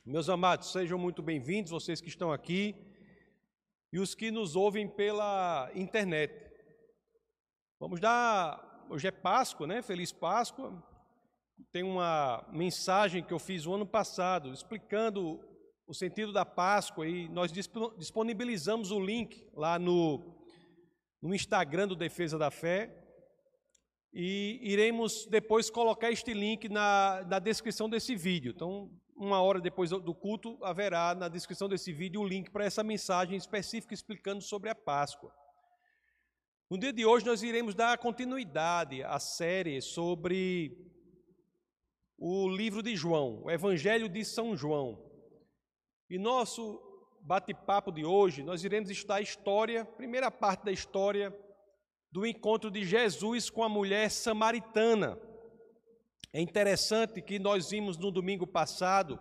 Meus amados, sejam muito bem-vindos, vocês que estão aqui e os que nos ouvem pela internet. Hoje é Páscoa, né? Feliz Páscoa. Tem uma mensagem que eu fiz o ano passado, explicando o sentido da Páscoa, e nós disponibilizamos o link lá no Instagram do Defesa da Fé, e iremos depois colocar este link na descrição desse vídeo. Então, uma hora depois do culto, haverá na descrição desse vídeo o link para essa mensagem específica explicando sobre a Páscoa. No dia de hoje, nós iremos dar continuidade à série sobre o livro de João, o Evangelho de São João. E nosso bate-papo de hoje, nós iremos estudar a história, primeira parte da história do encontro de Jesus com a mulher samaritana. É interessante que nós vimos no domingo passado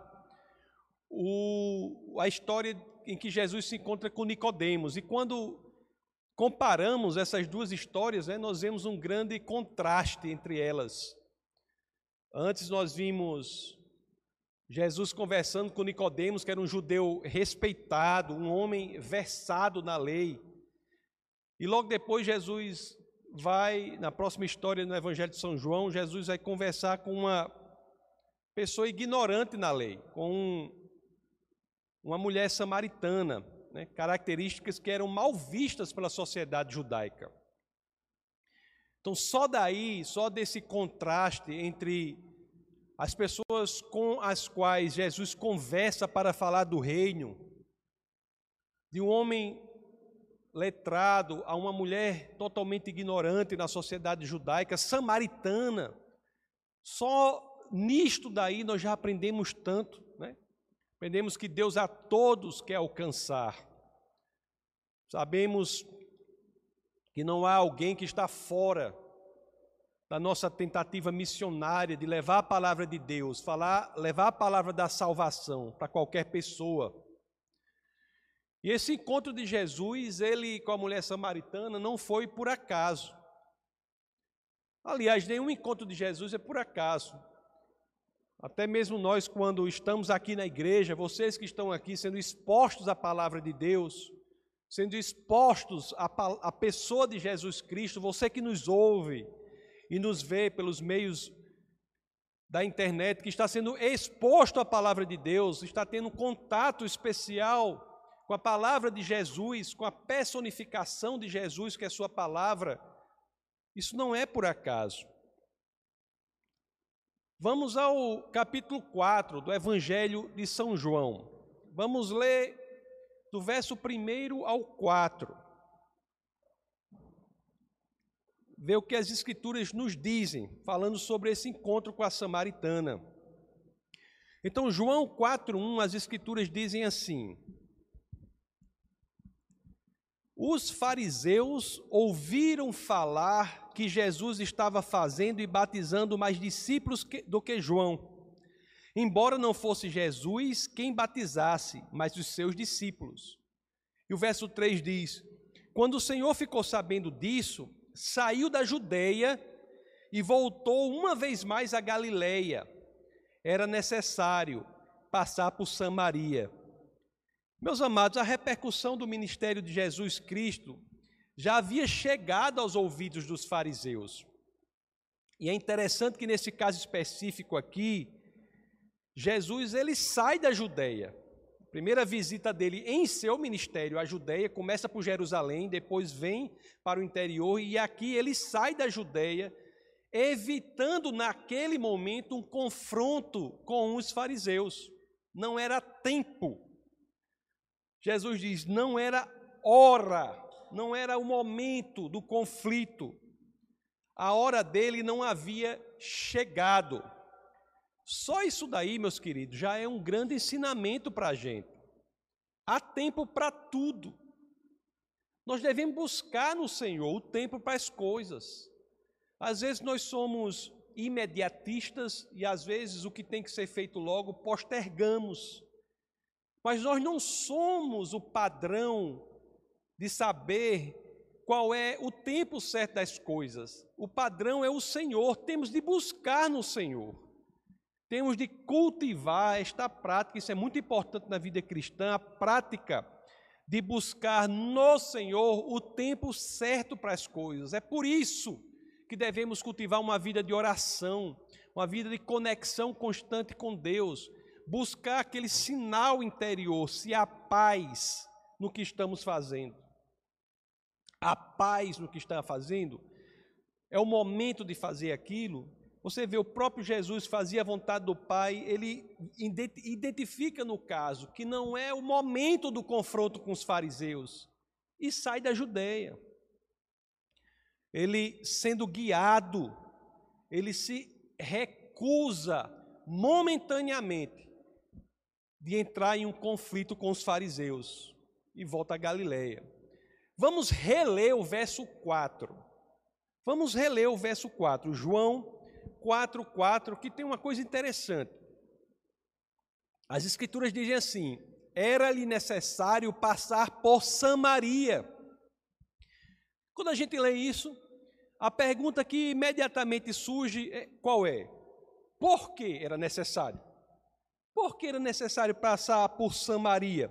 a história em que Jesus se encontra com Nicodemos. E quando comparamos essas duas histórias, nós vemos um grande contraste entre elas. Antes nós vimos Jesus conversando com Nicodemos, que era um judeu respeitado, um homem versado na lei. E logo depois Jesus vai, na próxima história no Evangelho de São João, Jesus vai conversar com uma pessoa ignorante na lei, com uma mulher samaritana, né, características que eram mal vistas pela sociedade judaica. Então, só desse contraste entre as pessoas com as quais Jesus conversa para falar do reino, de um homem letrado a uma mulher totalmente ignorante na sociedade judaica, samaritana, só nisto daí nós já aprendemos tanto, né? Aprendemos que Deus a todos quer alcançar. Sabemos que não há alguém que está fora da nossa tentativa missionária de levar a palavra de Deus, levar a palavra da salvação para qualquer pessoa. E esse encontro de Jesus, ele com a mulher samaritana, não foi por acaso. Aliás, nenhum encontro de Jesus é por acaso. Até mesmo nós, quando estamos aqui na igreja, vocês que estão aqui sendo expostos à palavra de Deus, sendo expostos à pessoa de Jesus Cristo, você que nos ouve e nos vê pelos meios da internet, que está sendo exposto à palavra de Deus, está tendo um contato especial com a palavra de Jesus, com a personificação de Jesus, que é a sua palavra, isso não é por acaso. Vamos ao capítulo 4 do Evangelho de São João. Vamos ler do verso 1 ao 4. Ver o que as Escrituras nos dizem, falando sobre esse encontro com a samaritana. Então, João 4:1, as Escrituras dizem assim: os fariseus ouviram falar que Jesus estava fazendo e batizando mais discípulos do que João, embora não fosse Jesus quem batizasse, mas os seus discípulos. E o verso 3 diz: quando o Senhor ficou sabendo disso, saiu da Judeia e voltou uma vez mais a Galileia. Era necessário passar por Samaria. Meus amados, a repercussão do ministério de Jesus Cristo já havia chegado aos ouvidos dos fariseus. E é interessante que nesse caso específico aqui, Jesus ele sai da Judeia. A primeira visita dele em seu ministério à Judeia começa por Jerusalém, depois vem para o interior, e aqui ele sai da Judeia, evitando naquele momento um confronto com os fariseus. Não era tempo. Jesus diz, não era hora, não era o momento do conflito. A hora dele não havia chegado. Só isso daí, meus queridos, já é um grande ensinamento para a gente. Há tempo para tudo. Nós devemos buscar no Senhor o tempo para as coisas. Às vezes nós somos imediatistas e às vezes o que tem que ser feito logo postergamos. Mas nós não somos o padrão de saber qual é o tempo certo das coisas. O padrão é o Senhor, temos de buscar no Senhor. temos de cultivar esta prática, isso é muito importante na vida cristã, a prática de buscar no Senhor o tempo certo para as coisas. É por isso que devemos cultivar uma vida de oração, uma vida de conexão constante com Deus, buscar aquele sinal interior, se há paz no que estamos fazendo. A paz no que está fazendo, é o momento de fazer aquilo. Você vê, o próprio Jesus fazia a vontade do Pai, ele identifica no caso que não é o momento do confronto com os fariseus e sai da Judeia. Ele, sendo guiado, ele se recusa momentaneamente de entrar em um conflito com os fariseus e volta a Galileia. Vamos reler o verso 4. Vamos reler o verso 4, João 4:4, que tem uma coisa interessante. As Escrituras dizem assim: era-lhe necessário passar por Samaria. Quando a gente lê isso, a pergunta que imediatamente surge é: qual é? Por que era necessário? Por que era necessário passar por Samaria?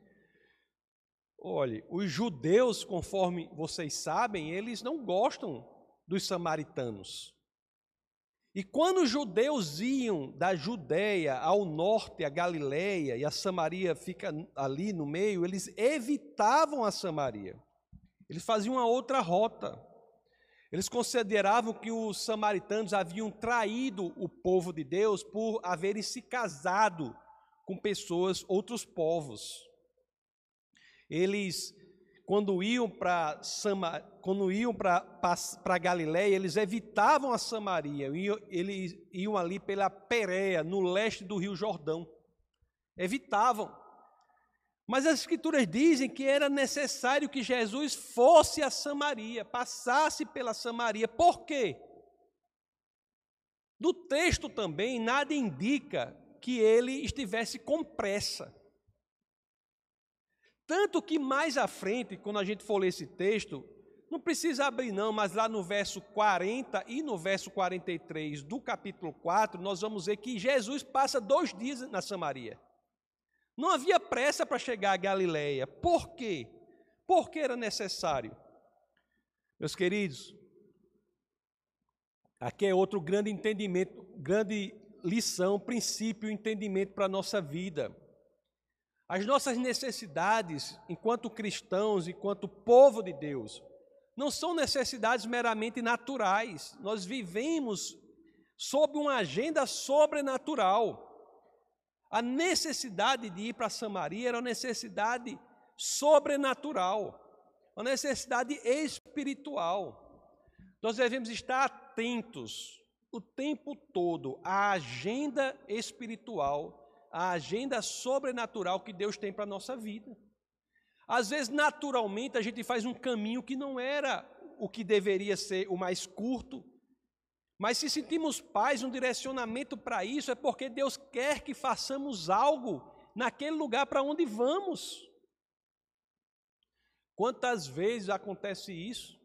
Olhe, os judeus, conforme vocês sabem, eles não gostam dos samaritanos. E quando os judeus iam da Judeia ao norte, a Galileia, e a Samaria fica ali no meio, eles evitavam a Samaria. Eles faziam uma outra rota. Eles consideravam que os samaritanos haviam traído o povo de Deus por haverem se casado com pessoas, outros povos. Eles, quando iam para Galiléia, eles evitavam a Samaria, eles iam ali pela Pérea, no leste do Rio Jordão. Evitavam. Mas as Escrituras dizem que era necessário que Jesus fosse a Samaria, passasse pela Samaria. Por quê? Do texto também, nada indica que ele estivesse com pressa. Tanto que mais à frente, quando a gente for ler esse texto, não precisa abrir não, mas lá no verso 40 e no verso 43 do capítulo 4, nós vamos ver que Jesus passa 2 dias na Samaria. Não havia pressa para chegar a Galileia. Por quê? Porque era necessário. Meus queridos, aqui é outro grande entendimento, grande lição, princípio, entendimento para a nossa vida. As nossas necessidades, enquanto cristãos, enquanto povo de Deus, não são necessidades meramente naturais. Nós vivemos sob uma agenda sobrenatural. A necessidade de ir para Samaria era uma necessidade sobrenatural, uma necessidade espiritual. Nós devemos estar atentos o tempo todo à agenda espiritual, à agenda sobrenatural que Deus tem para a nossa vida. Às vezes, naturalmente, a gente faz um caminho que não era o que deveria ser o mais curto, mas se sentimos paz, um direcionamento para isso, é porque Deus quer que façamos algo naquele lugar para onde vamos. Quantas vezes acontece isso?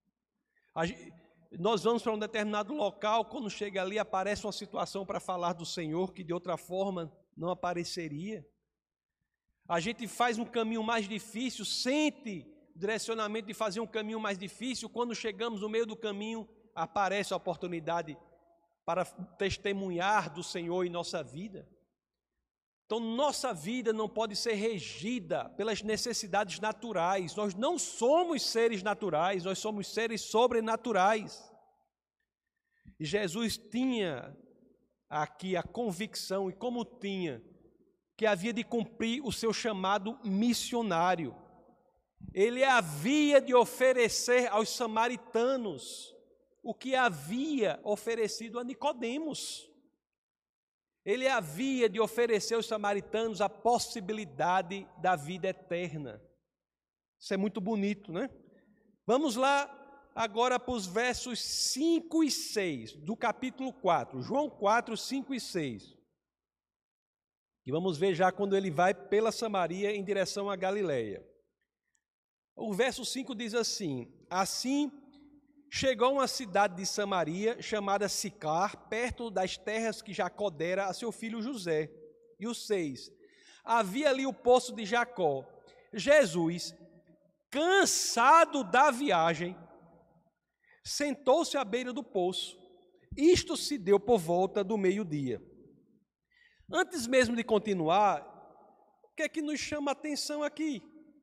Nós vamos para um determinado local, quando chega ali aparece uma situação para falar do Senhor que de outra forma não apareceria. A gente faz um caminho mais difícil, sente o direcionamento de fazer um caminho mais difícil, quando chegamos no meio do caminho, aparece a oportunidade para testemunhar do Senhor em nossa vida. Então, nossa vida não pode ser regida pelas necessidades naturais. Nós não somos seres naturais, nós somos seres sobrenaturais. E Jesus tinha aqui a convicção, e como tinha, que havia de cumprir o seu chamado missionário. Ele havia de oferecer aos samaritanos o que havia oferecido a Nicodemos. Ele havia de oferecer aos samaritanos a possibilidade da vida eterna. Isso é muito bonito, né? Vamos lá agora para os versos 5 e 6 do capítulo 4, João 4, 5 e 6. E vamos ver já quando ele vai pela Samaria em direção a Galileia. O verso 5 diz assim: assim chegou a uma cidade de Samaria, chamada Sicar, perto das terras que Jacó dera a seu filho José. E o 6, havia ali o poço de Jacó. Jesus, cansado da viagem, sentou-se à beira do poço. Isto se deu por volta do meio-dia. Antes mesmo de continuar, o que é que nos chama a atenção aqui?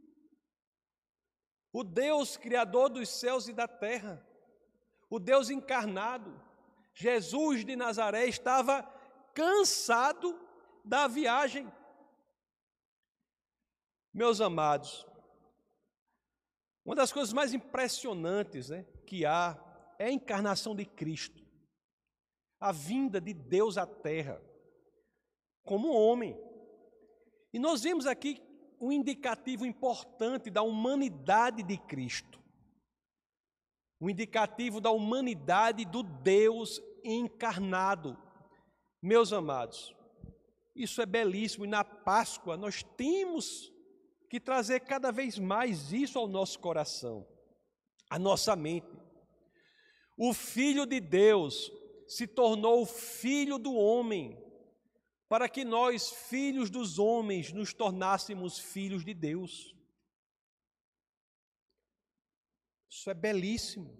O Deus criador dos céus e da terra, o Deus encarnado, Jesus de Nazaré, estava cansado da viagem. Meus amados, uma das coisas mais impressionantes, que há é a encarnação de Cristo, a vinda de Deus à terra, como homem. E nós vemos aqui um indicativo importante da humanidade de Cristo, um indicativo da humanidade do Deus encarnado. Meus amados, isso é belíssimo, e na Páscoa nós temos que trazer cada vez mais isso ao nosso coração, à nossa mente. O Filho de Deus se tornou o Filho do homem, para que nós, filhos dos homens, nos tornássemos filhos de Deus. Isso é belíssimo.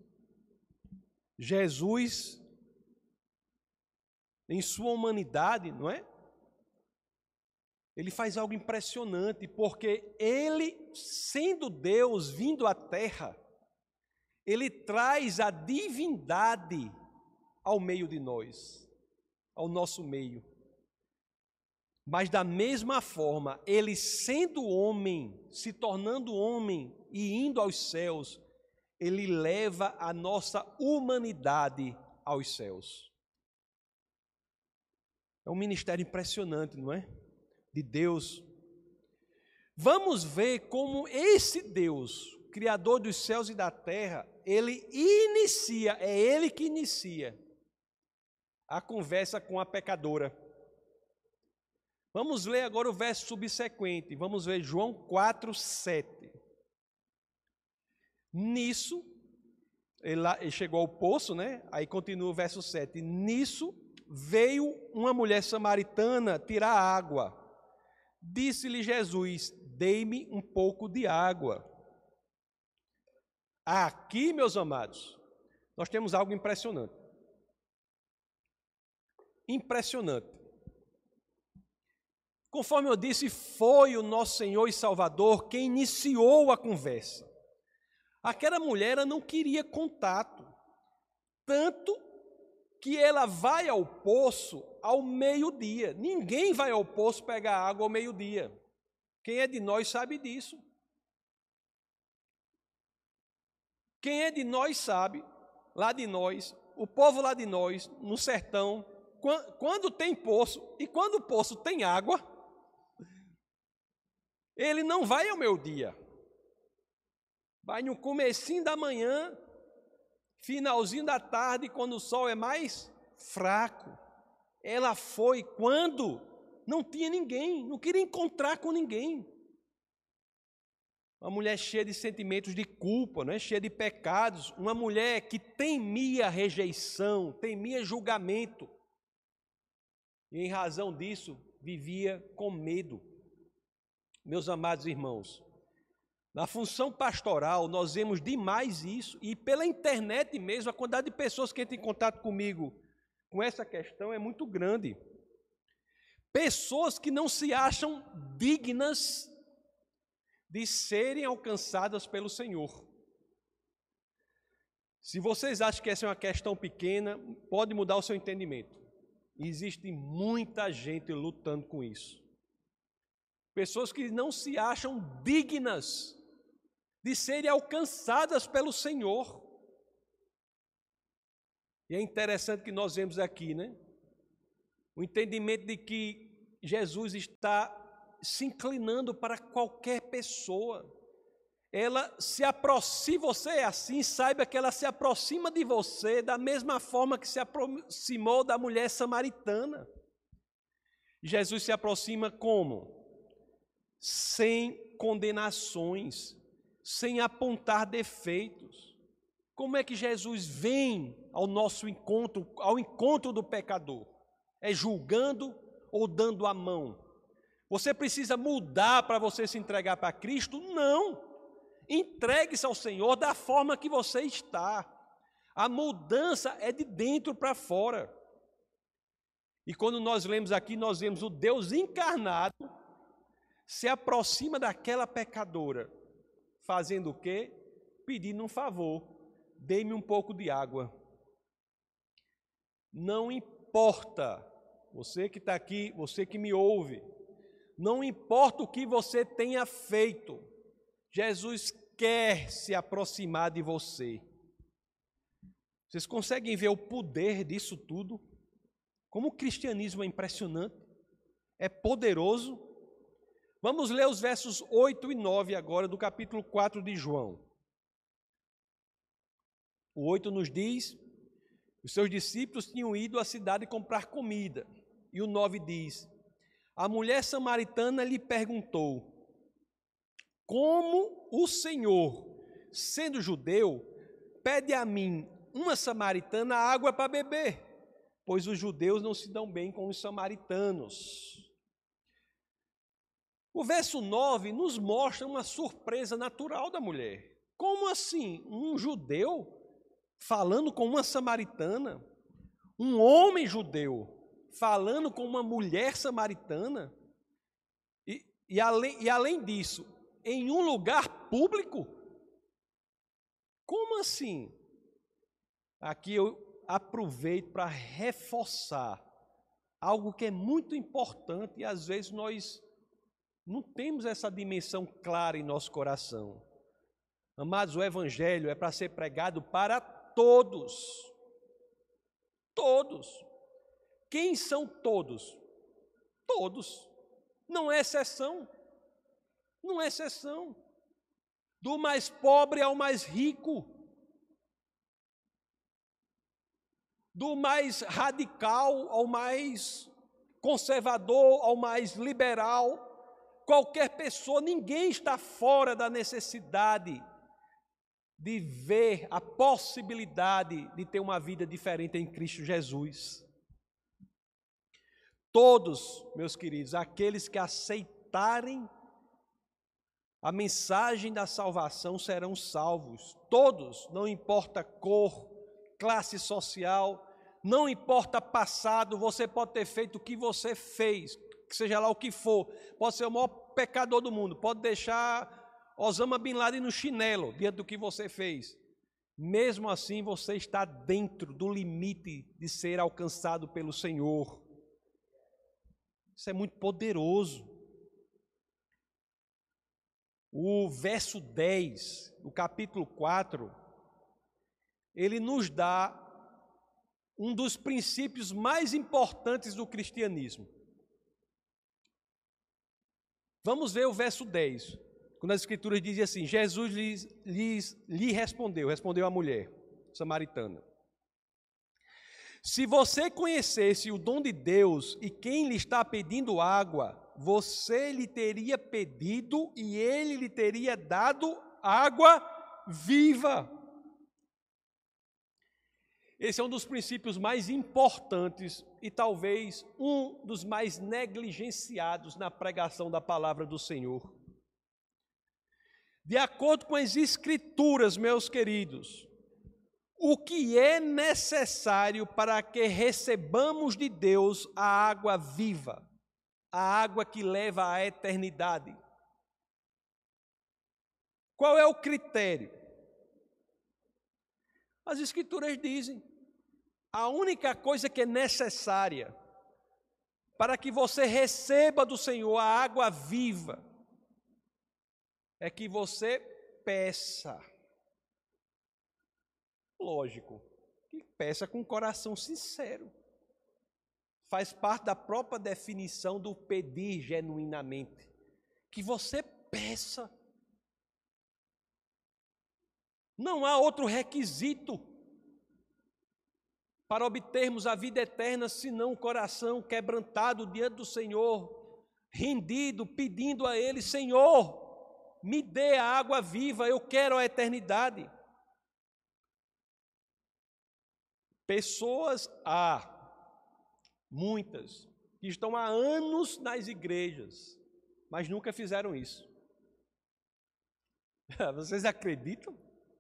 Jesus, em sua humanidade, não é? Ele faz algo impressionante, porque ele, sendo Deus, vindo à terra, ele traz a divindade ao meio de nós, ao nosso meio. Mas da mesma forma, ele sendo homem, se tornando homem e indo aos céus, ele leva a nossa humanidade aos céus. É um ministério impressionante, não é? De Deus. Vamos ver como esse Deus, Criador dos céus e da terra, ele inicia, é ele que inicia a conversa com a pecadora. Vamos ler agora o verso subsequente, vamos ver João 4:7. Nisso, ele chegou ao poço, né? Aí continua o verso 7. Nisso veio uma mulher samaritana tirar água. Disse-lhe Jesus: dei-me um pouco de água. Aqui, meus amados, nós temos algo impressionante. Impressionante. Conforme eu disse, foi o nosso Senhor e Salvador quem iniciou a conversa. Aquela mulher ela não queria contato, tanto que ela vai ao poço ao meio-dia. Ninguém vai ao poço pegar água ao meio-dia. Quem é de nós sabe disso. Quem é de nós sabe, lá de nós, o povo lá de nós, no sertão, quando tem poço e quando o poço tem água, ele não vai ao meio-dia. Vai no comecinho da manhã, finalzinho da tarde, quando o sol é mais fraco. Ela foi quando não tinha ninguém, não queria encontrar com ninguém. Uma mulher cheia de sentimentos de culpa, né? Cheia de pecados. Uma mulher que temia rejeição, temia julgamento. E em razão disso, vivia com medo. Meus amados irmãos, na função pastoral, nós vemos demais isso, e pela internet mesmo, a quantidade de pessoas que entram em contato comigo com essa questão é muito grande. Pessoas que não se acham dignas de serem alcançadas pelo Senhor. Se vocês acham que essa é uma questão pequena, pode mudar o seu entendimento. Existe muita gente lutando com isso. Pessoas que não se acham dignas de serem alcançadas pelo Senhor. E é interessante que nós vemos aqui, né? O entendimento de que Jesus está se inclinando para qualquer pessoa. Ela se aproxima, se você é assim, saiba que ela se aproxima de você da mesma forma que se aproximou da mulher samaritana. Jesus se aproxima como? Sem condenações, sem apontar defeitos. Como é que Jesus vem ao nosso encontro, ao encontro do pecador? É julgando ou dando a mão? Você precisa mudar para você se entregar para Cristo? Não. Entregue-se ao Senhor da forma que você está. A mudança é de dentro para fora. E quando nós lemos aqui, nós vemos o Deus encarnado se aproxima daquela pecadora, fazendo o quê? Pedindo um favor, dê-me um pouco de água. Não importa, você que está aqui, você que me ouve, não importa o que você tenha feito, Jesus quer se aproximar de você. Vocês conseguem ver o poder disso tudo? Como o cristianismo é impressionante, é poderoso. Vamos ler os versos 8 e 9 agora do capítulo 4 de João. O 8 nos diz: os seus discípulos tinham ido à cidade comprar comida. E o 9 diz: a mulher samaritana lhe perguntou: como o Senhor, sendo judeu, pede a mim, uma samaritana, água para beber? Pois os judeus não se dão bem com os samaritanos. O verso 9 nos mostra uma surpresa natural da mulher. Como assim? Um judeu falando com uma samaritana? Um homem judeu falando com uma mulher samaritana? E além disso, em um lugar público? Como assim? Aqui eu aproveito para reforçar algo que é muito importante e às vezes nós não temos essa dimensão clara em nosso coração. Amados, o Evangelho é para ser pregado para todos. Todos. Quem são todos? Todos. Não é exceção. Não é exceção. Do mais pobre ao mais rico. Do mais radical ao mais conservador, ao mais liberal. Qualquer pessoa, ninguém está fora da necessidade de ver a possibilidade de ter uma vida diferente em Cristo Jesus. Todos, meus queridos, aqueles que aceitarem a mensagem da salvação serão salvos. Todos, não importa cor, classe social, não importa passado, você pode ter feito o que você fez, que seja lá o que for, pode ser o maior pecador do mundo, pode deixar Osama Bin Laden no chinelo diante do que você fez. Mesmo assim, você está dentro do limite de ser alcançado pelo Senhor. Isso é muito poderoso. O verso 10, do capítulo 4, ele nos dá um dos princípios mais importantes do cristianismo. Vamos ver o verso 10, quando as escrituras dizem assim: Jesus lhe respondeu a mulher samaritana: se você conhecesse o dom de Deus e quem lhe está pedindo água, você lhe teria pedido e ele lhe teria dado água viva. Esse é um dos princípios mais importantes e talvez um dos mais negligenciados na pregação da palavra do Senhor. De acordo com as Escrituras, meus queridos, o que é necessário para que recebamos de Deus a água viva, a água que leva à eternidade? Qual é o critério? As Escrituras dizem: a única coisa que é necessária para que você receba do Senhor a água viva é que você peça. Lógico, que peça com coração sincero. Faz parte da própria definição do pedir genuinamente. Que você peça. Não há outro requisito para obtermos a vida eterna, senão um coração quebrantado diante do Senhor, rendido, pedindo a Ele: Senhor, me dê a água viva, eu quero a eternidade. Pessoas muitas, que estão há anos nas igrejas, mas nunca fizeram isso. Vocês acreditam?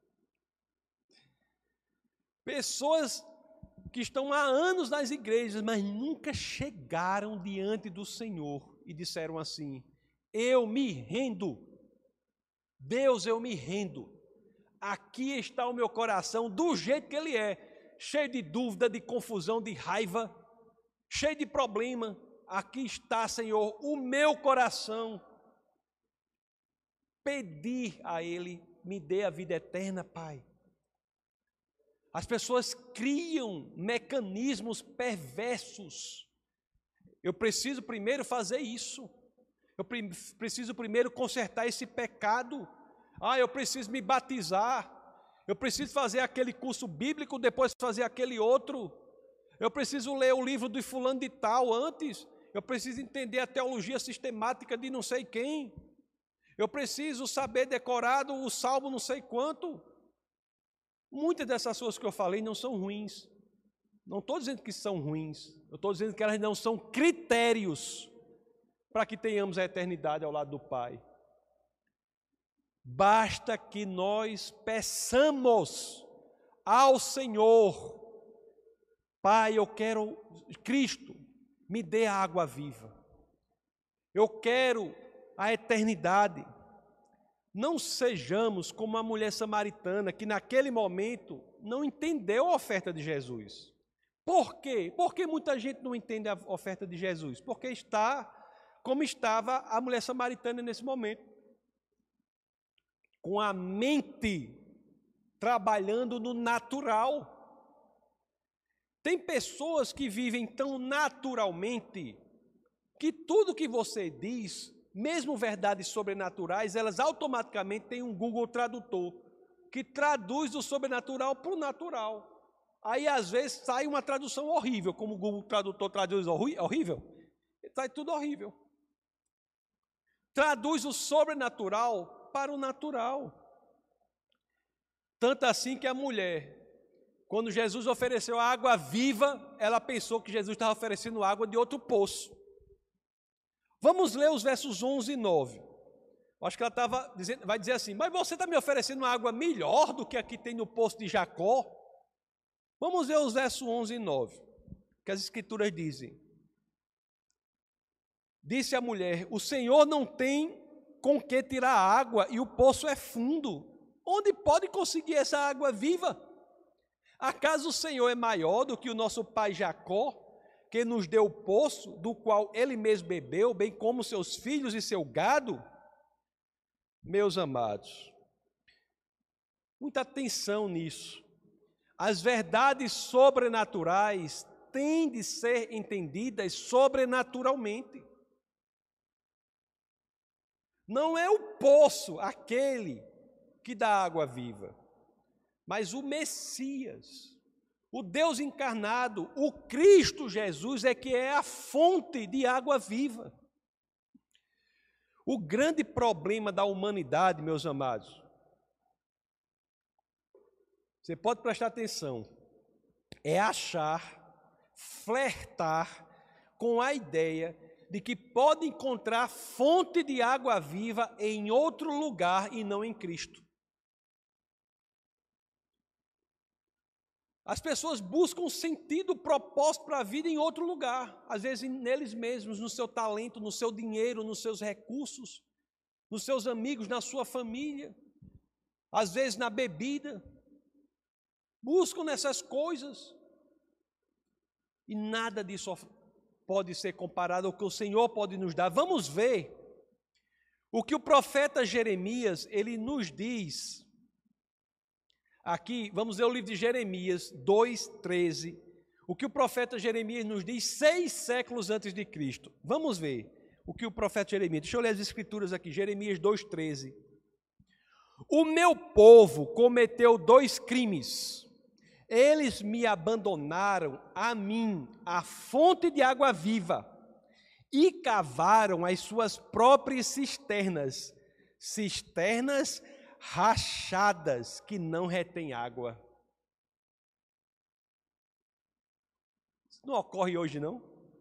Pessoas que estão há anos nas igrejas, mas nunca chegaram diante do Senhor e disseram assim: eu me rendo, Deus, eu me rendo, aqui está o meu coração do jeito que ele é, cheio de dúvida, de confusão, de raiva, cheio de problema. Aqui está, Senhor, o meu coração. Pedir a Ele, me dê a vida eterna, Pai. As pessoas criam mecanismos perversos. Eu preciso primeiro fazer isso. Eu preciso primeiro consertar esse pecado. Eu preciso me batizar. Eu preciso fazer aquele curso bíblico, depois fazer aquele outro. Eu preciso ler o livro do fulano de tal antes. Eu preciso entender a teologia sistemática de não sei quem. Eu preciso saber decorado o salmo não sei quanto. Muitas dessas coisas que eu falei não são ruins. Não estou dizendo que são ruins. Eu estou dizendo que elas não são critérios para que tenhamos a eternidade ao lado do Pai. Basta que nós peçamos ao Senhor: Pai, eu quero, Cristo, me dê a água viva. Eu quero a eternidade. Não sejamos como a mulher samaritana, que naquele momento não entendeu a oferta de Jesus. Por quê? Porque muita gente não entende a oferta de Jesus. Porque está como estava a mulher samaritana nesse momento. Com a mente trabalhando no natural. Tem pessoas que vivem tão naturalmente que tudo que você diz, mesmo verdades sobrenaturais, elas automaticamente têm um Google Tradutor, que traduz o sobrenatural para o natural. Aí, às vezes, sai uma tradução horrível, como o Google Tradutor traduz horrível, sai tudo horrível. Traduz o sobrenatural para o natural. Tanto assim que a mulher, quando Jesus ofereceu a água viva, ela pensou que Jesus estava oferecendo água de outro poço. Vamos ler os versos 11 e 9. Acho que ela vai dizer assim: mas você está me oferecendo uma água melhor do que a que tem no poço de Jacó? Vamos ver os versos 11 e 9, que as escrituras dizem. Disse a mulher: o Senhor não tem com que tirar água e o poço é fundo. Onde pode conseguir essa água viva? Acaso o Senhor é maior do que o nosso pai Jacó, que nos deu o poço, do qual ele mesmo bebeu, bem como seus filhos e seu gado? Meus amados, muita atenção nisso. As verdades sobrenaturais têm de ser entendidas sobrenaturalmente. Não é o poço aquele que dá água viva, mas o Messias. O Deus encarnado, o Cristo Jesus, é que é a fonte de água viva. O grande problema da humanidade, meus amados, você pode prestar atenção, é flertar com a ideia de que pode encontrar fonte de água viva em outro lugar e não em Cristo. As pessoas buscam sentido, propósito para a vida em outro lugar, às vezes neles mesmos, no seu talento, no seu dinheiro, nos seus recursos, nos seus amigos, na sua família, às vezes na bebida. Buscam nessas coisas e nada disso pode ser comparado ao que o Senhor pode nos dar. Vamos ver o que o profeta Jeremias, ele nos diz. Aqui, vamos ler o livro de Jeremias 2:13, o que o profeta Jeremias nos diz 6 séculos antes de Cristo. Vamos ver o que o profeta Jeremias, deixa eu ler as escrituras aqui, Jeremias 2:13. O meu povo cometeu 2 crimes. Eles me abandonaram a mim, a fonte de água viva, e cavaram as suas próprias cisternas rachadas que não retêm água. Não ocorre hoje, não?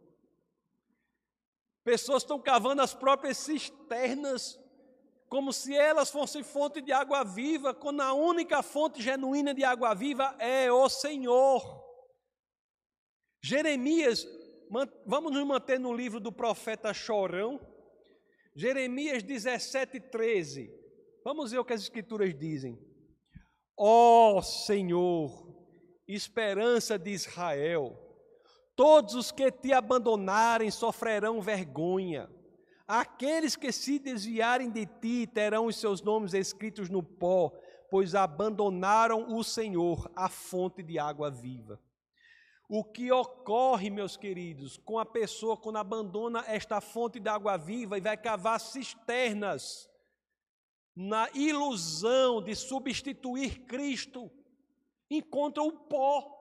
Pessoas estão cavando as próprias cisternas, como se elas fossem fonte de água viva, quando a única fonte genuína de água viva é o Senhor. Jeremias, vamos nos manter no livro do profeta Chorão, Jeremias 17:13. Vamos ver o que as Escrituras dizem. Ó Senhor, esperança de Israel, todos os que te abandonarem sofrerão vergonha. Aqueles que se desviarem de ti terão os seus nomes escritos no pó, pois abandonaram o Senhor, a fonte de água viva. O que ocorre, meus queridos, com a pessoa quando abandona esta fonte de água viva e vai cavar cisternas na ilusão de substituir Cristo, encontra o pó.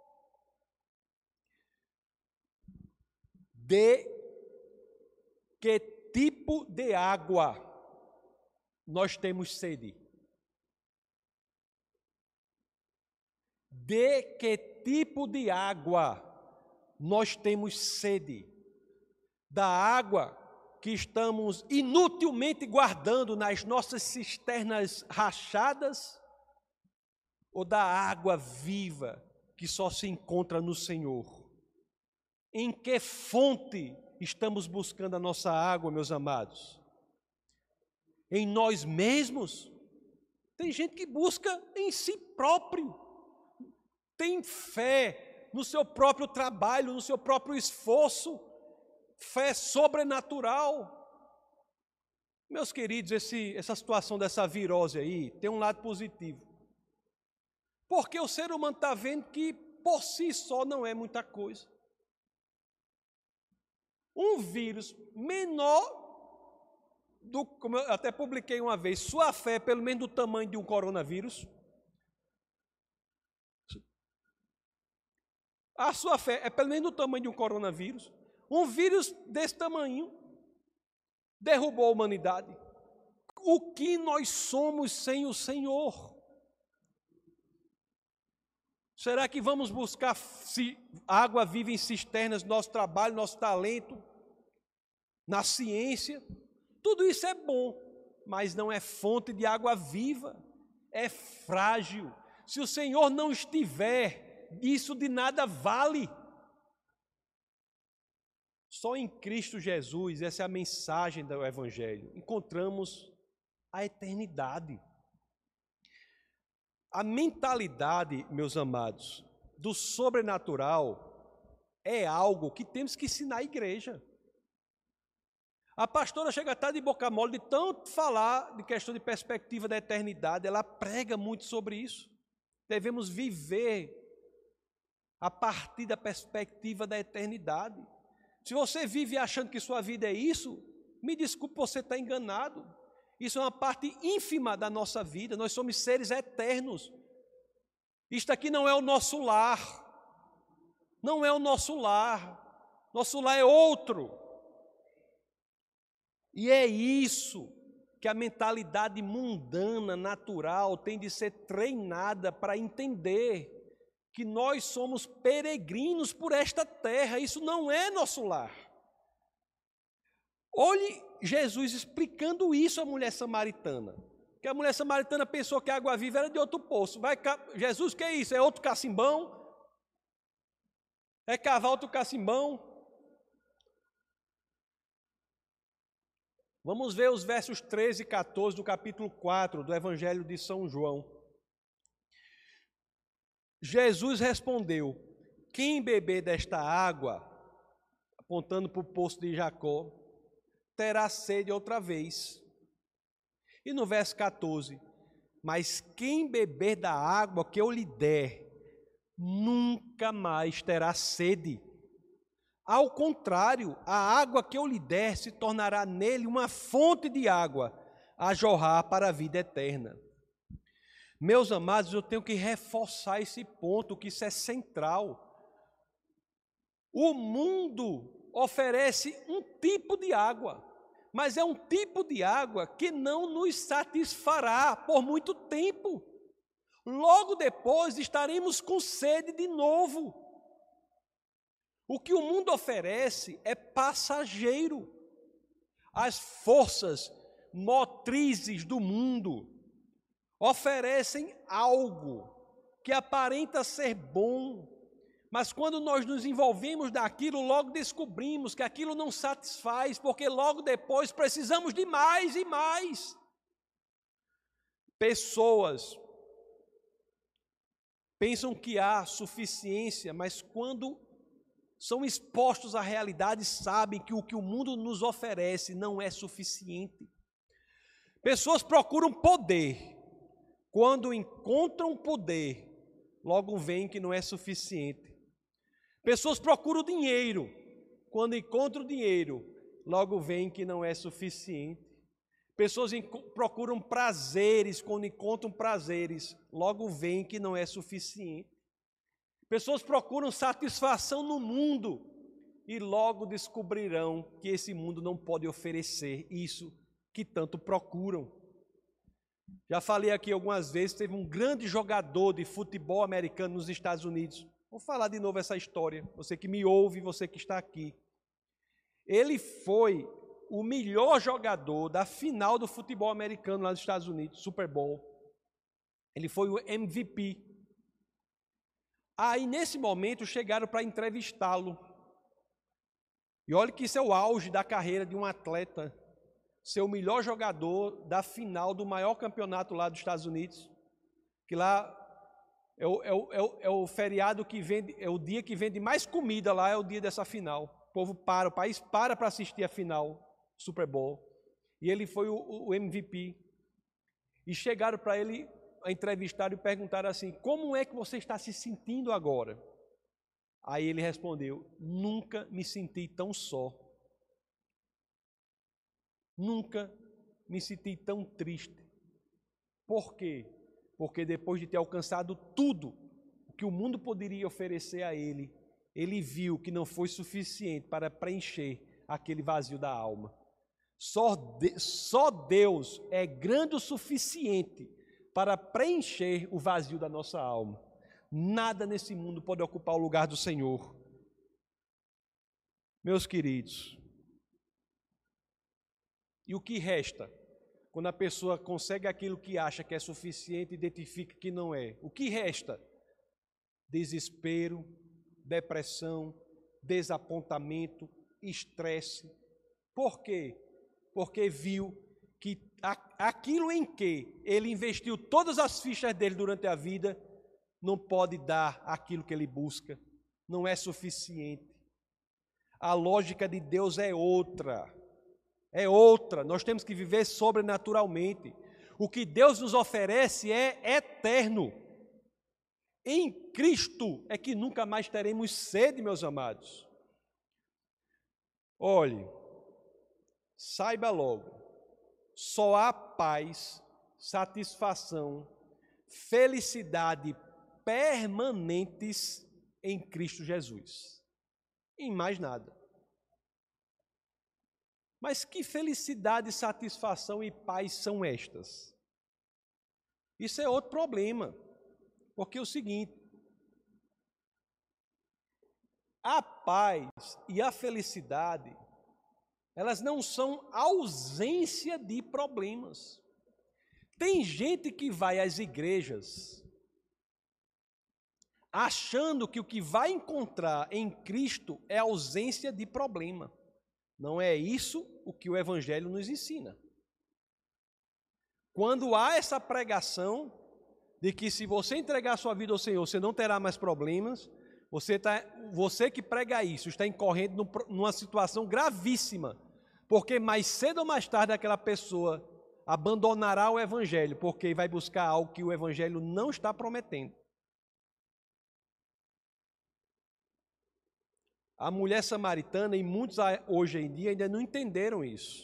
De que tipo de água nós temos sede? De que tipo de água nós temos sede? Da água que estamos inutilmente guardando nas nossas cisternas rachadas? Ou da água viva que só se encontra no Senhor? Em que fonte estamos buscando a nossa água, meus amados? Em nós mesmos? Tem gente que busca em si próprio. Tem fé no seu próprio trabalho, no seu próprio esforço. Fé sobrenatural. Meus queridos, essa situação dessa virose aí tem um lado positivo. Porque o ser humano está vendo que por si só não é muita coisa. Um vírus menor, como eu até publiquei uma vez, sua fé é pelo menos do tamanho de um coronavírus. A sua fé é pelo menos do tamanho de um coronavírus. Um vírus desse tamanho derrubou a humanidade. O que nós somos sem o Senhor? Será que vamos buscar água viva em cisternas, nosso trabalho, nosso talento, na ciência? Tudo isso é bom, mas não é fonte de água viva, é frágil. Se o Senhor não estiver, isso de nada vale. Só em Cristo Jesus, essa é a mensagem do Evangelho, encontramos a eternidade. A mentalidade, meus amados, do sobrenatural é algo que temos que ensinar à igreja. A pastora chega a estar de boca mole de tanto falar de questão de perspectiva da eternidade, ela prega muito sobre isso. Devemos viver a partir da perspectiva da eternidade. Se você vive achando que sua vida é isso, me desculpe, você está enganado. Isso é uma parte ínfima da nossa vida, nós somos seres eternos. Isto aqui não é o nosso lar, não é o nosso lar é outro. E é isso que a mentalidade mundana, natural, tem de ser treinada para entender que nós somos peregrinos por esta terra, isso não é nosso lar. Olhe Jesus explicando isso à mulher samaritana, que a mulher samaritana pensou que a água viva era de outro poço. Jesus, que é isso? É outro cacimbão? É cavar outro cacimbão? Vamos ver os versos 13 e 14 do capítulo 4 do Evangelho de São João. Jesus respondeu: quem beber desta água, apontando para o poço de Jacó, terá sede outra vez. E no verso 14, mas quem beber da água que eu lhe der, nunca mais terá sede. Ao contrário, a água que eu lhe der se tornará nele uma fonte de água a jorrar para a vida eterna. Meus amados, eu tenho que reforçar esse ponto, que isso é central. O mundo oferece um tipo de água, mas é um tipo de água que não nos satisfará por muito tempo. Logo depois estaremos com sede de novo. O que o mundo oferece é passageiro. As forças motrizes do mundo oferecem algo que aparenta ser bom, mas quando nós nos envolvemos daquilo, logo descobrimos que aquilo não satisfaz, porque logo depois precisamos de mais e mais. Pessoas pensam que há suficiência, mas quando são expostos à realidade, sabem que o mundo nos oferece não é suficiente. Pessoas procuram poder. Quando encontram poder, logo veem que não é suficiente. Pessoas procuram dinheiro. Quando encontram dinheiro, logo veem que não é suficiente. Pessoas procuram prazeres. Quando encontram prazeres, logo veem que não é suficiente. Pessoas procuram satisfação no mundo e logo descobrirão que esse mundo não pode oferecer isso que tanto procuram. Já falei aqui algumas vezes, teve um grande jogador de futebol americano nos Estados Unidos. Vou falar de novo essa história, você que me ouve, você que está aqui. Ele foi o melhor jogador da final do futebol americano lá nos Estados Unidos, Super Bowl. Ele foi o MVP. Aí, nesse momento, chegaram para entrevistá-lo. E olha que isso é o auge da carreira de um atleta, ser o melhor jogador da final do maior campeonato lá dos Estados Unidos, que lá é o feriado que vende, é o dia que vende mais comida lá, é o dia dessa final. O povo para, o país para assistir a final, Super Bowl. E ele foi o MVP. E chegaram para ele a entrevistaram e perguntaram assim: como é que você está se sentindo agora? Aí ele respondeu: nunca me senti tão só. Nunca me senti tão triste. Por quê? Porque depois de ter alcançado tudo o que o mundo poderia oferecer a ele, ele viu que não foi suficiente para preencher aquele vazio da alma. Só Deus é grande o suficiente para preencher o vazio da nossa alma. Nada nesse mundo pode ocupar o lugar do Senhor. Meus queridos, e o que resta quando a pessoa consegue aquilo que acha que é suficiente e identifica que não é? O que resta? Desespero, depressão, desapontamento, estresse. Por quê? Porque viu que aquilo em que ele investiu todas as fichas dele durante a vida não pode dar aquilo que ele busca, não é suficiente. A lógica de Deus é outra, nós temos que viver sobrenaturalmente. O que Deus nos oferece é eterno. Em Cristo é que nunca mais teremos sede, meus amados. Olhe, saiba logo, só há paz, satisfação, felicidade permanentes em Cristo Jesus. Em mais nada. Mas que felicidade, satisfação e paz são estas? Isso é outro problema. Porque é o seguinte: a paz e a felicidade, elas não são ausência de problemas. Tem gente que vai às igrejas achando que o que vai encontrar em Cristo é ausência de problema. Não é isso o que o Evangelho nos ensina. Quando há essa pregação de que se você entregar sua vida ao Senhor, você não terá mais problemas, você que prega isso está incorrendo numa situação gravíssima, porque mais cedo ou mais tarde aquela pessoa abandonará o Evangelho, porque vai buscar algo que o Evangelho não está prometendo. A mulher samaritana, e muitos hoje em dia ainda não entenderam isso.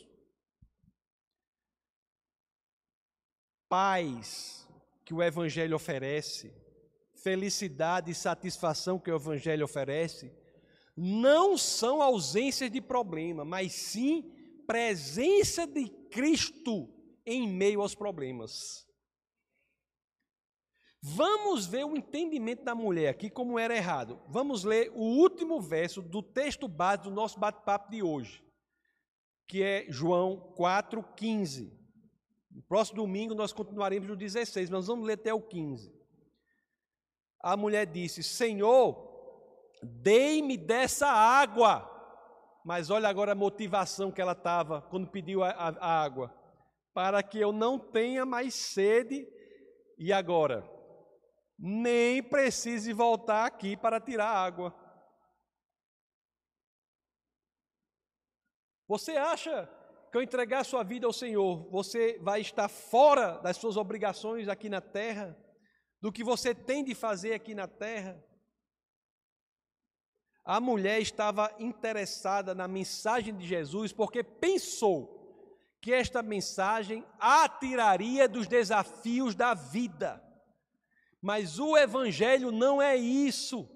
Paz que o Evangelho oferece, felicidade e satisfação que o Evangelho oferece, não são ausências de problema, mas sim presença de Cristo em meio aos problemas. Vamos ver o entendimento da mulher aqui como era errado. Vamos ler o último verso do texto base do nosso bate-papo de hoje, que é João 4,15. No próximo domingo nós continuaremos no 16, mas vamos ler até o 15. A mulher disse: Senhor, dei-me dessa água. Mas olha agora a motivação que ela estava quando pediu a água. Para que eu não tenha mais sede. E agora? Nem precise voltar aqui para tirar água. Você acha que ao entregar sua vida ao Senhor, você vai estar fora das suas obrigações aqui na terra? Do que você tem de fazer aqui na terra? A mulher estava interessada na mensagem de Jesus porque pensou que esta mensagem a tiraria dos desafios da vida. Mas o Evangelho não é isso.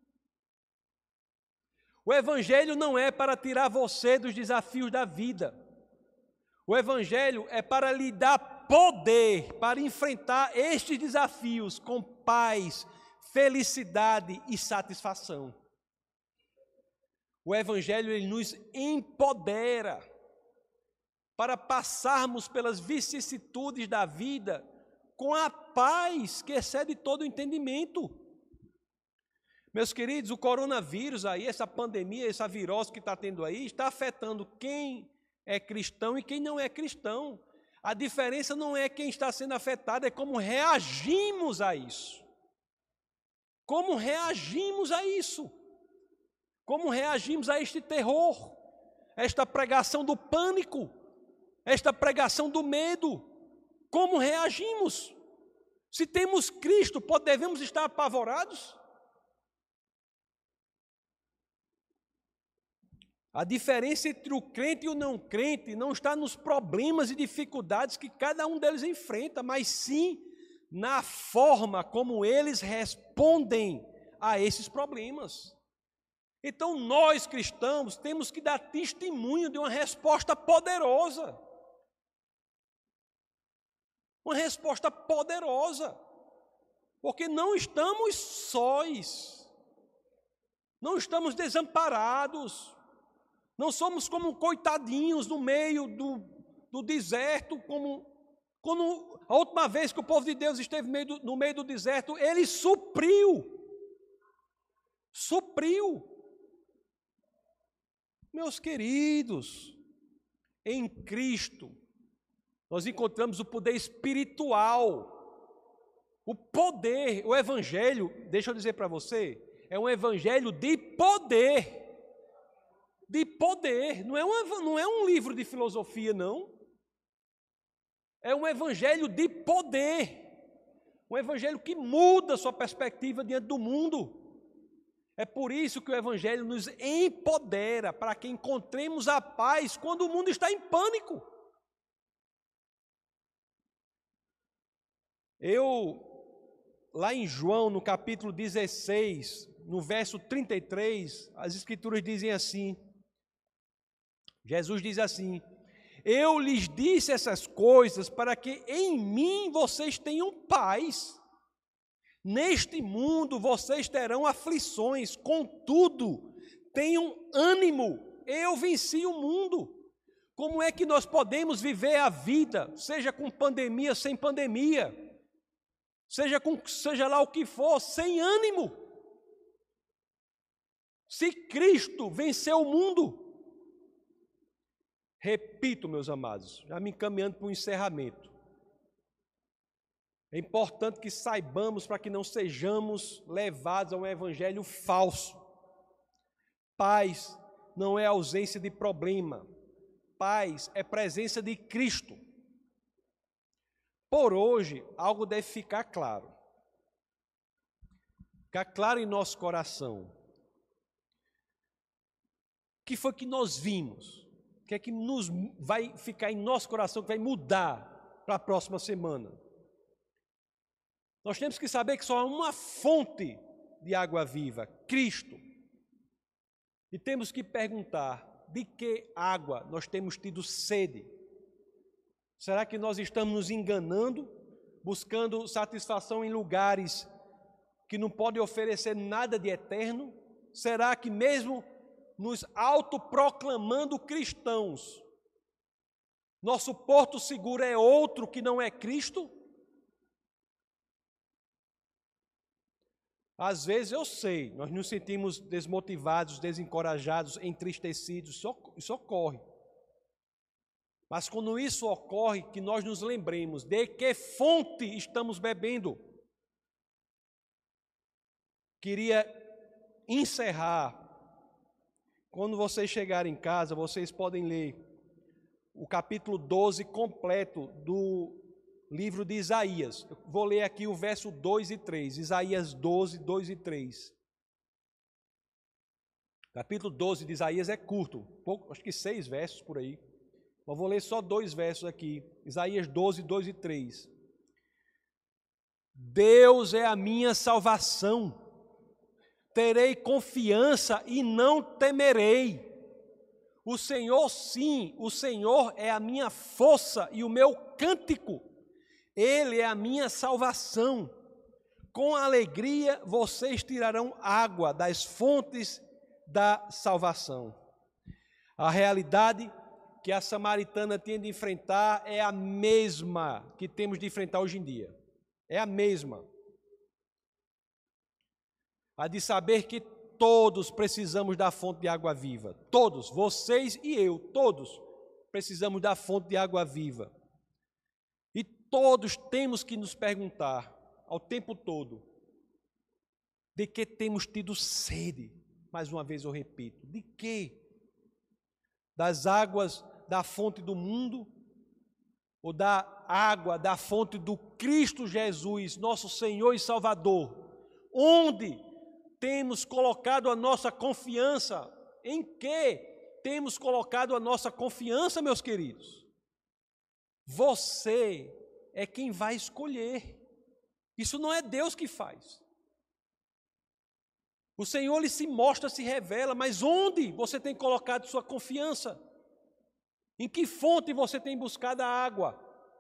O Evangelho não é para tirar você dos desafios da vida. O Evangelho é para lhe dar poder para enfrentar estes desafios com paz, felicidade e satisfação. O Evangelho ele nos empodera para passarmos pelas vicissitudes da vida com a paz que excede todo o entendimento. Meus queridos, o coronavírus aí, essa pandemia, essa virose que está tendo aí, está afetando quem é cristão e quem não é cristão. A diferença não é quem está sendo afetado, é como reagimos a isso. Como reagimos a isso? Como reagimos a este terror, esta pregação do pânico, esta pregação do medo? Como reagimos? Se temos Cristo, devemos estar apavorados? A diferença entre o crente e o não crente não está nos problemas e dificuldades que cada um deles enfrenta, mas sim na forma como eles respondem a esses problemas. Então, nós cristãos temos que dar testemunho de uma resposta poderosa. Uma resposta poderosa. Porque não estamos sós. Não estamos desamparados. Não somos como coitadinhos no meio do deserto, quando a última vez que o povo de Deus esteve no meio do deserto, ele supriu. Supriu. Meus queridos, em Cristo, nós encontramos o poder espiritual, o poder, o Evangelho, deixa eu dizer para você, é um Evangelho de poder. De poder, não é um livro de filosofia, não. É um Evangelho de poder, um Evangelho que muda a sua perspectiva diante do mundo. É por isso que o Evangelho nos empodera para que encontremos a paz quando o mundo está em pânico. Lá em João, no capítulo 16, no verso 33, as Escrituras dizem assim, Jesus diz assim: eu lhes disse essas coisas para que em mim vocês tenham paz. Neste mundo vocês terão aflições, contudo, tenham ânimo, eu venci o mundo. Como é que nós podemos viver a vida, seja com pandemia, sem pandemia, seja lá o que for, sem ânimo? Se Cristo venceu o mundo. Repito, meus amados, já me encaminhando para o encerramento. É importante que saibamos para que não sejamos levados a um evangelho falso. Paz não é ausência de problema. Paz é presença de Cristo. Por hoje, algo deve ficar claro. Ficar claro em nosso coração. O que foi que nós vimos? O que é que vai ficar em nosso coração, que vai mudar para a próxima semana? Nós temos que saber que só há uma fonte de água viva, Cristo. E temos que perguntar, de que água nós temos tido sede? Será que nós estamos nos enganando? buscando satisfação em lugares que não podem oferecer nada de eterno? Será que mesmo nos autoproclamando cristãos, nosso porto seguro é outro que não é Cristo? Às vezes eu sei, nós nos sentimos desmotivados, desencorajados, entristecidos, isso ocorre. Mas quando isso ocorre, que nós nos lembremos de que fonte estamos bebendo. Queria encerrar. Quando vocês chegarem em casa, vocês podem ler o capítulo 12 completo do livro de Isaías. Eu vou ler aqui o verso 2 e 3. Isaías 12, 2 e 3. Capítulo 12 de Isaías é curto, pouco, acho que 6 versos por aí. Mas vou ler só 2 versos aqui. Isaías 12, 2 e 3. Deus é a minha salvação. Terei confiança e não temerei. O Senhor, sim, o Senhor é a minha força e o meu cântico. Ele é a minha salvação. Com alegria vocês tirarão água das fontes da salvação. A realidade que a samaritana tinha de enfrentar é a mesma que temos de enfrentar hoje em dia. É a mesma. A de saber que todos precisamos da fonte de água viva. Todos, vocês e eu, todos precisamos da fonte de água viva. E todos temos que nos perguntar, ao tempo todo, de que temos tido sede. Mais uma vez eu repito, de quê? Das águas da fonte do mundo, ou da água da fonte do Cristo Jesus, nosso Senhor e Salvador? Onde temos colocado a nossa confiança? Em que temos colocado a nossa confiança, meus queridos? Você é quem vai escolher. Isso não é Deus que faz. O Senhor, Ele se mostra, se revela, mas onde você tem colocado sua confiança? Em que fonte você tem buscado a água?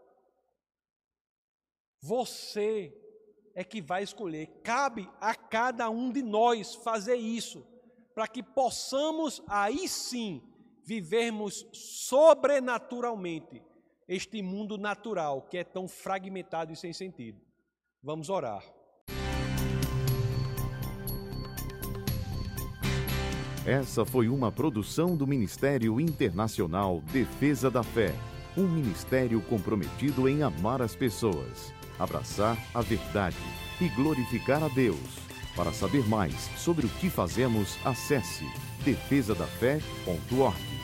Você é que vai escolher. Cabe a cada um de nós fazer isso, para que possamos, aí sim, vivermos sobrenaturalmente este mundo natural que é tão fragmentado e sem sentido. Vamos orar. Essa foi uma produção do Ministério Internacional Defesa da Fé, um ministério comprometido em amar as pessoas, abraçar a verdade e glorificar a Deus. Para saber mais sobre o que fazemos, acesse defesadafé.org.